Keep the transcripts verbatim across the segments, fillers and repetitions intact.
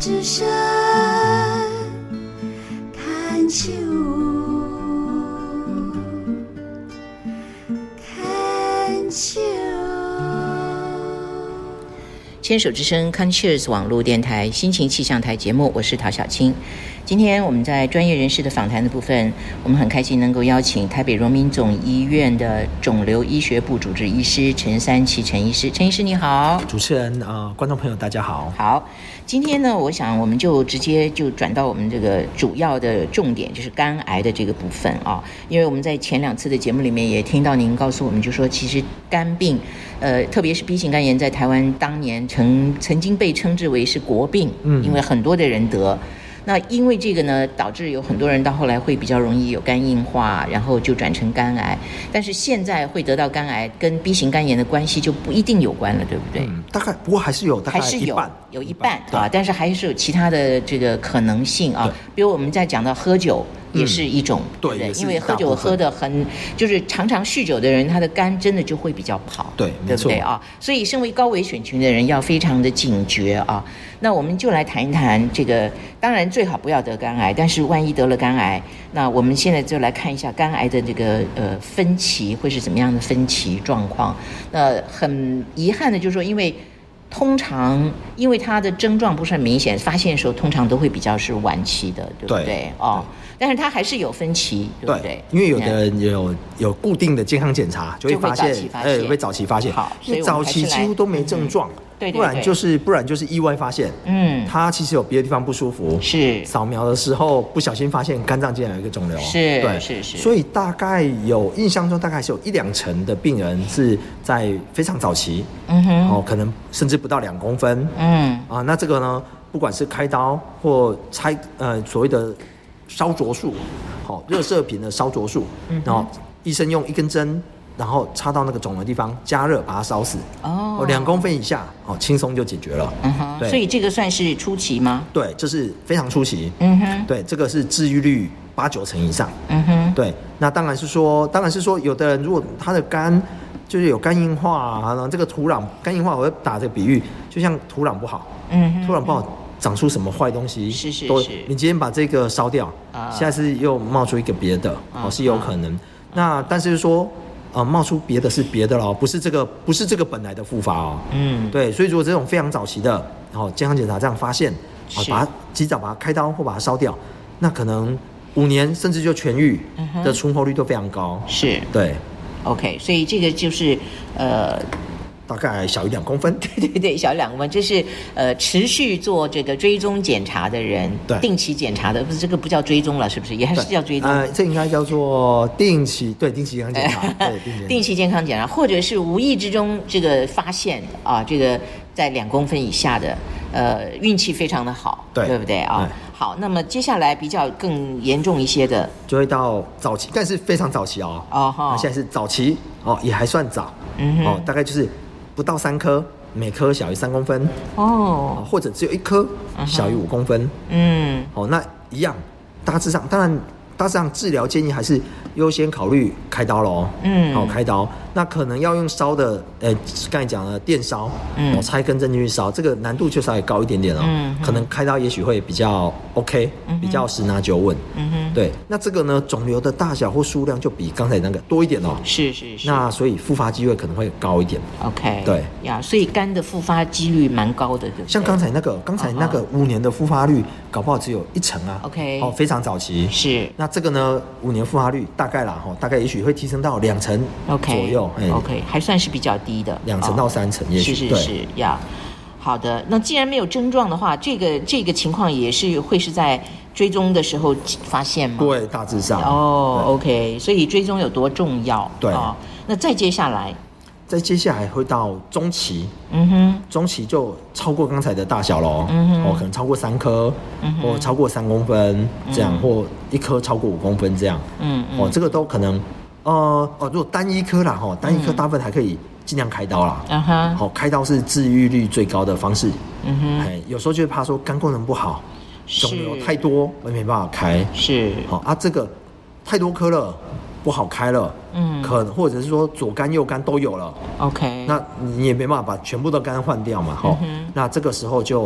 之声看秋看秋。 牵手之声 Conscious 网络电台心情气象台节目，我是陶小青。今天我们在专业人士的访谈的部分，我们很开心能够邀请台北荣民总医院的肿瘤医学部主治医师陈三奇陈医师。陈医师你好。 主持人啊、呃，观众朋友大家好。 好，今天呢，我想我们就直接就转到我们这个主要的重点，就是肝癌的这个部分啊。因为我们在前两次的节目里面也听到您告诉我们，就说其实肝病，呃，特别是 B 型肝炎，在台湾当年曾曾经被称之为是国病，嗯，因为很多的人得。那因为这个呢，导致有很多人到后来会比较容易有肝硬化，然后就转成肝癌。但是现在会得到肝癌，跟 B 型肝炎的关系就不一定有关了，对不对？ 嗯，大概不过还是有，大概还是有一半有一半啊，但是还是有其他的这个可能性啊。比如我们在讲到喝酒。也是一种， 嗯、对， 因为喝酒喝的很，就是常常酗酒的人，他的肝真的就会比较跑， 对， 对不对啊？所以，身为高危选群的人要非常的警觉啊。那我们就来谈一谈这个，当然最好不要得肝癌，但是万一得了肝癌，那我们现在就来看一下肝癌的这个呃分期会是怎么样的分期状况。那很遗憾的就是说，因为通常因为它的症状不是很明显，发现的时候通常都会比较是晚期的，对不对？ 对哦。但是它还是有分期，对不对？ 因为有的人有有固定的健康检查，就会发现， 哎， 会早期发现。 好， 因为早期几乎都没症状， 嗯、对, 对, 对， 不然就是不然就是意外发现，嗯，他其实有别的地方不舒服， 是扫描的时候不小心发现肝脏竟然有一个肿瘤， 是， 对， 是是。 所以大概有印象中大概是有一两成的病人是在非常早期，嗯哼，哦，可能甚至不到两公分，嗯，啊，那这个呢，不管是开刀或拆，呃，所谓的烧灼术。好，热射频的烧灼术，然后医生用一根针，然后插到那个肿的地方，加热把它烧死。哦，两公分以下，哦，轻松就解决了。 嗯哼，对，所以这个算是初期吗？ 对，这是非常初期。嗯哼，对，这个是治愈率八九成以上。嗯哼，对，那当然是说，当然是说，有的人如果他的肝就是有肝硬化，然后这个土壤肝硬化，我会打这个比喻，就像土壤不好，嗯哼，土壤不好。长出什么坏东西？ 是是是。 你今天把这个烧掉，啊、下次又冒出一个别的，啊、哦，是有可能。啊、那但是说，呃，冒出别的是别的了，不是这个，不是这个本来的复发哦。嗯，对。所以如果这种非常早期的，然后健康检查这样发现，啊，把它及早把它开刀或把它烧掉，那可能五年甚至就痊愈的存活率都非常高。 是， 对。 OK， 所以这个就是呃。 大概小于两公分， 对对对，小于两公分，这是呃持续做这个追踪检查的人， 对， 定期检查的，不是这个不叫追踪了，是不是？也还是叫追踪？ 呃，这应该叫做定期，对，定期健康检查，对， 定期健康检查，或者是无意之中这个发现啊，这个在两公分以下的，呃，运气非常的好， 对， 对不对啊？好，那么接下来比较更严重一些的， 就会到早期，但是非常早期哦，哦哈，现在是早期哦，也还算早，嗯哼，哦，大概就是。不到三颗，每颗小于三公分哦，或者只有一颗小于五公分，嗯，哦，那一样，大致上当然大致上治疗建议还是优先考虑开刀咯，嗯，好、哦、开刀，那可能要用烧的，呃，刚才讲的电烧，嗯，我插一根针进去烧，这个难度就稍微高一点点哦，嗯，可能开刀也许会比较 OK，、嗯、比较十拿九稳，嗯哼，对，那这个呢，肿瘤的大小或数量就比刚才那个多一点哦， 是是是， 那所以复发机会可能会高一点 ，OK， 对呀，所以肝的复发几率蛮高的，对不对？ 像刚才那个，刚才那个五年的复发率，搞不好只有一成啊 ，OK， 哦，非常早期， 是， 那这个呢，五年复发率大概啦，哈，大概也许会提升到两成左右 ，OK， OK， 还算是比较低的， 两成到三成，也许是是是呀。好的，那既然没有症状的话，这个这个情况也是会是在追踪的时候发现吗？ 对，大致上。 哦 ，OK， 所以追踪有多重要？ 对、 哦。那再接下来， 再接下来会到中期，嗯哼，中期就超过刚才的大小咯，嗯哼，哦，可能超过三颗，嗯、或超过三公分这样，嗯、或一颗超过五公分这样，嗯嗯，哦，这个都可能，呃，哦，如果单一颗啦，哈，单一颗大部分还可以。尽量开刀啦，嗯哼，好，开刀是治愈率最高的方式，嗯哼，哎，有时候就会怕说肝功能不好，肿瘤太多，我也没办法开， 是， 好啊，这个太多颗了，不好开了，嗯，可能或者是说左肝右肝都有了 ，OK， 那你也没办法把全部的肝换掉嘛，哈、嗯，那这个时候就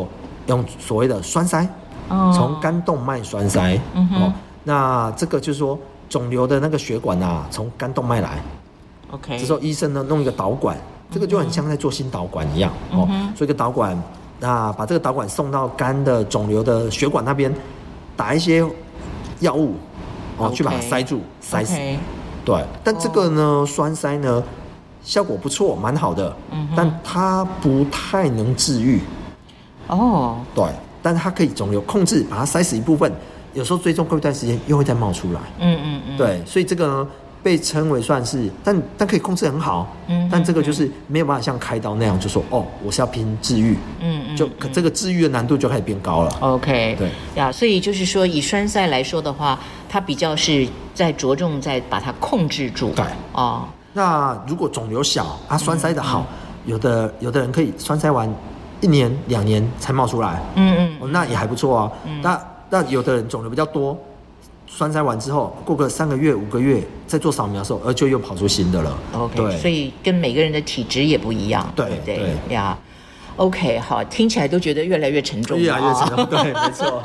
用所谓的栓塞，哦、从肝动脉栓塞。嗯哼哦，那这个就是说肿瘤的那个血管啊，从肝动脉来。 OK， 这时候医生呢弄一个导管，这个就很像在做心导管一样。嗯、哦，做一个导管，那把这个导管送到肝的肿瘤的血管那边，打一些药物，哦， okay, 去把它塞住，塞死。Okay. 对，但这个呢，栓塞呢，效果不错，蛮好的，嗯、但它不太能治愈。哦，对，但是它可以肿瘤控制，把它塞死一部分，有时候追踪过一段时间又会再冒出来。嗯嗯嗯，对，所以这个呢。被称为算是，但但可以控制很好，嗯，但这个就是没有办法像开刀那样，就说哦，我是要拼治愈，嗯嗯，就这个治愈的难度就开始变高了。OK， 对呀，所以就是说，以栓塞来说的话，它比较是在着重在把它控制住。 对哦，那如果肿瘤小，啊，栓塞的好，嗯嗯、有的有的人可以栓塞完一年两年才冒出来，嗯嗯，哦，那也还不错啊。嗯、那那有的人肿瘤比较多。栓塞完之后，过个三个月、五个月，再做扫描的时候，呃，就又跑出新的了。 OK， 所以跟每个人的体质也不一样， 对不对？对呀。OK， 好，听起来都觉得越来越沉重， 越来越沉重，对，没错。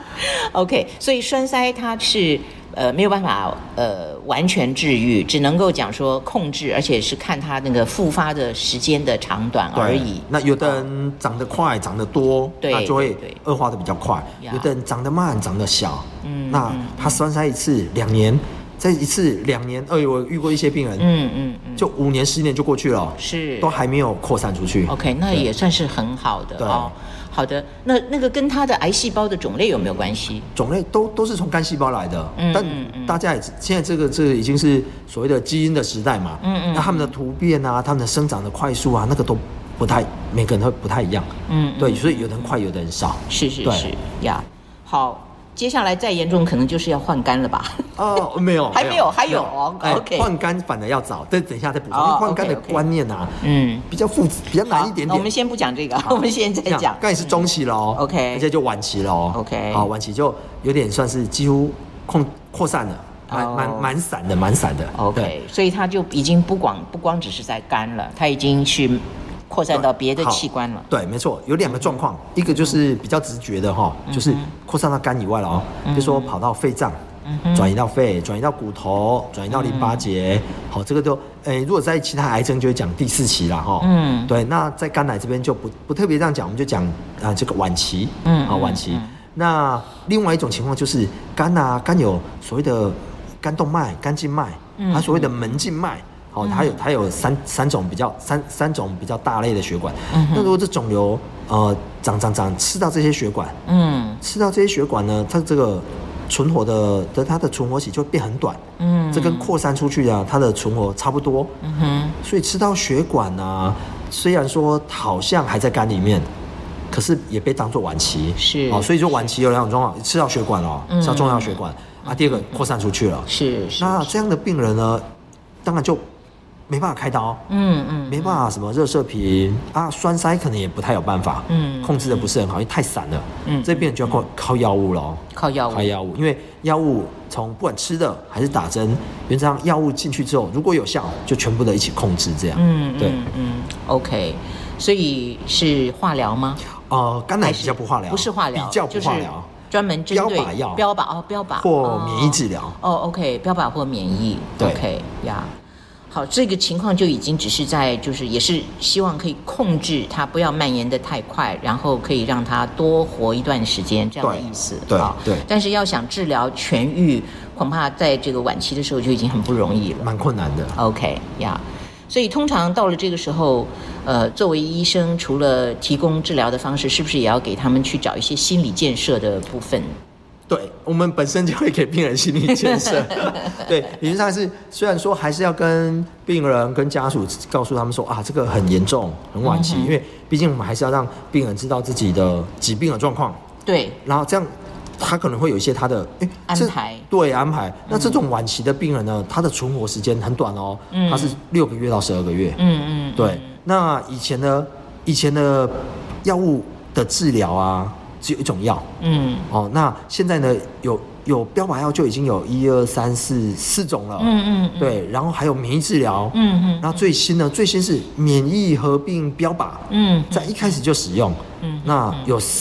OK， 所以栓塞它是呃没有办法呃完全治愈，只能够讲说控制，而且是看它那个复发的时间的长短而已。 那有的人长得快、长得多，那就会恶化的比较快；有的人长得慢、长得小，嗯，那他栓塞一次两年。再一次两年，哎，我遇过一些病人，嗯嗯嗯，就五年、十年就过去了， 是都还没有扩散出去。 OK， 那也算是很好的哦。好的，那那个跟他的癌细胞的种类有没有关系？ 种类都都是从肝细胞来的，嗯、但大家也现在这个这个已经是所谓的基因的时代嘛，嗯嗯，那他们的突变啊，他们的生长的快速啊，那个都不太，每个人都不太一样，嗯，对，所以有的人快，有的人少， 是是是呀，好。接下来再严重，可能就是要换肝了吧？ 哦，没有， 还没有，还有哦。OK， 换肝反而要早，但等一下再补充。因为换肝的观念啊，嗯，比较复杂，比较难一点点。 我们先不讲这个，我们现在讲。 刚才是中期了哦 ，OK， 而且就晚期了哦 ，OK， 好，晚期就有点算是几乎控扩散了，蛮蛮蛮散的，蛮散的。 OK， 所以它就已经不光不光只是在肝了，它已经去。扩散到别的器官了。 对，没错，有两个状况，一个就是比较直觉的哈，就是扩散到肝以外了哦，比如说跑到肺脏，转移到肺，转移到骨头，转移到淋巴结，好，这个都，诶，如果在其他癌症就会讲第四期啦哈。嗯，对，那在肝癌这边就不不特别这样讲，我们就讲啊这个晚期，嗯，啊晚期。那另外一种情况就是肝啊，肝有所谓的肝动脉、肝静脉，它所谓的门静脉。哦，它有它有三三种比较三三种比较大类的血管。嗯、那如果这肿瘤呃长长长吃到这些血管，嗯，吃到这些血管呢，它这个存活的的它的存活期就会变很短。嗯，这跟扩散出去啊，它的存活差不多。嗯哼，所以吃到血管啊，虽然说好像还在肝里面，可是也被当作晚期。 是， 哦，所以说晚期有两种状况，吃到血管哦，吃到重要血管、嗯、啊，第二个扩散出去了。 是，是那这样的病人呢，当然就。没办法开刀，嗯嗯，没办法什么热射频啊，栓塞可能也不太有办法，嗯，控制的不是很好，因为太散了，嗯，这边就要靠靠药物了， 靠药物， 靠药物，因为药物从不管吃的还是打针，原则上药物进去之后，如果有效，就全部的一起控制这样，嗯，对，嗯嗯 ，OK， 所以是化疗吗？ 呃，肝癌比较不化疗， 不是化疗， 比较不化疗。 专门针对标靶药、 标靶哦，标靶或免疫治疗哦 ，OK， 标靶或免疫 ，OK 呀。好，这个情况就已经只是在，就是也是希望可以控制它不要蔓延的太快，然后可以让它多活一段时间，这样的意思。 对对。 但是要想治疗痊愈，恐怕在这个晚期的时候就已经很不容易了， 蛮困难的。 OK 呀，所以通常到了这个时候，呃，作为医生，除了提供治疗的方式，是不是也要给他们去找一些心理建设的部分？ 对，我们本身就会给病人心理建设。对，理论上是虽然说还是要跟病人跟家属告诉他们说啊，这个很严重很晚期、嗯、因为毕竟我们还是要让病人知道自己的疾病的状况。 对， 然后这样他可能会有一些他的安排。 对，安排。那这种晚期的病人呢，他的存活时间很短哦，嗯、他是六个月到十二个月。嗯嗯。对，那以前呢，以前的药物的治疗啊。只有一种药，嗯，哦，那现在呢，有有标靶药就已经有一二三四四种了，嗯嗯，对，然后还有免疫治疗，嗯嗯，然后最新呢，最新是免疫合并标靶，嗯，在一开始就使用，嗯，那有这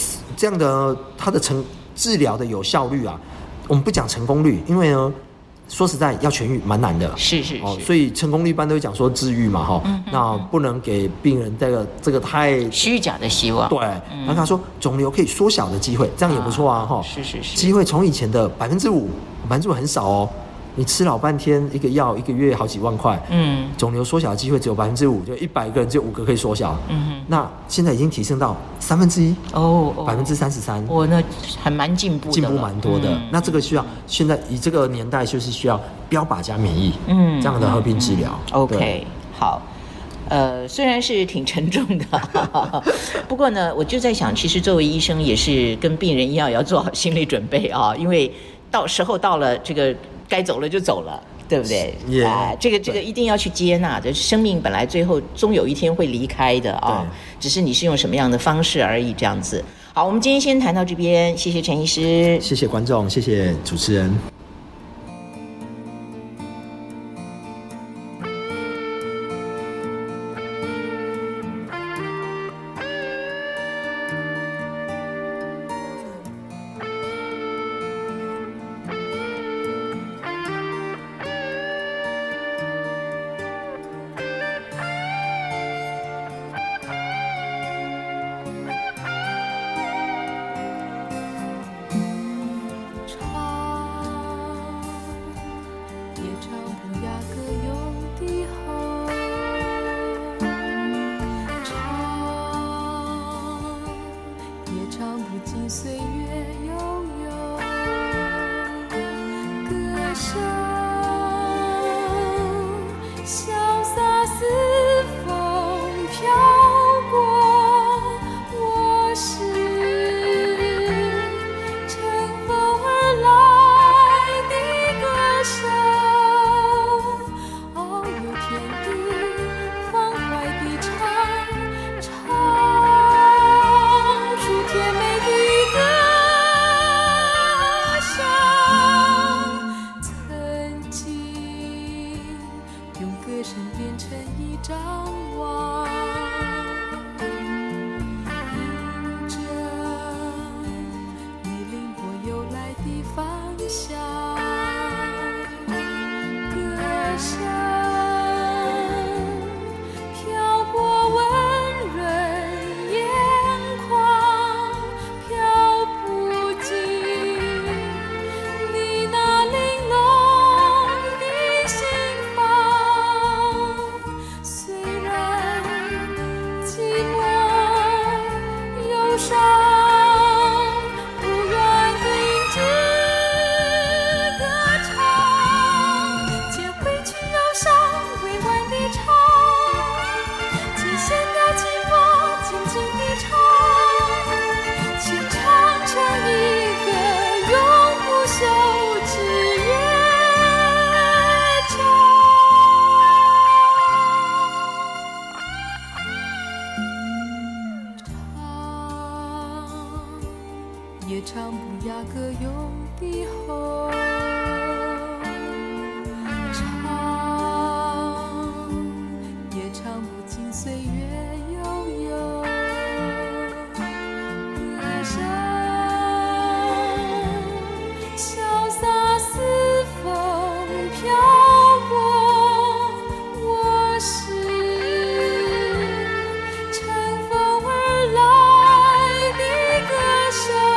这样的它的成治疗的有效率啊，我们不讲成功率，因为呢。说实在，要痊愈蛮难的， 是是是、哦， 所以成功率一般都会讲说治愈嘛，哈、嗯，那不能给病人这个这个太虚假的希望， 对，然后他说肿瘤可以缩小的机会，这样也不错啊，哈、啊， 是是是， 机会从以前的百分之五，百分之五很少哦，你吃老半天一个药，一个月好几万块，嗯，肿瘤缩小的机会只有百分之五，就一百个人只有五个可以缩小，嗯哼，那现在已经提升到三分之一，哦，百分之三十三， 哦，那还蛮进步的， 进步蛮多的。嗯、那这个需要现在以这个年代就是需要标靶加免疫，嗯，这样的合并治疗。 嗯、OK， 好。呃，虽然是挺沉重的，不过呢，我就在想，其实作为医生也是跟病人一样，也要做好心理准备啊，因为到时候到了，这个该走了就走了。对不对？哎、yeah, 呃，这个这个一定要去接纳的，生命本来最后终有一天会离开的啊，只是你是用什么样的方式而已，这样子。好，我们今天先谈到这边，谢谢陈医师， 谢谢观众，谢谢主持人。 也唱不雅歌有的吼，唱也唱不尽岁月悠悠，歌声潇洒似风飘过，我是乘风而来的歌声。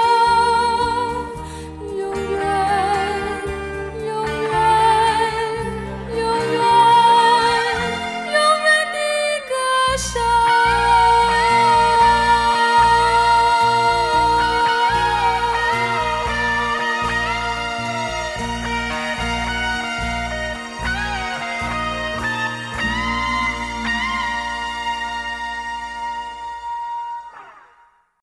永远，永远的歌声。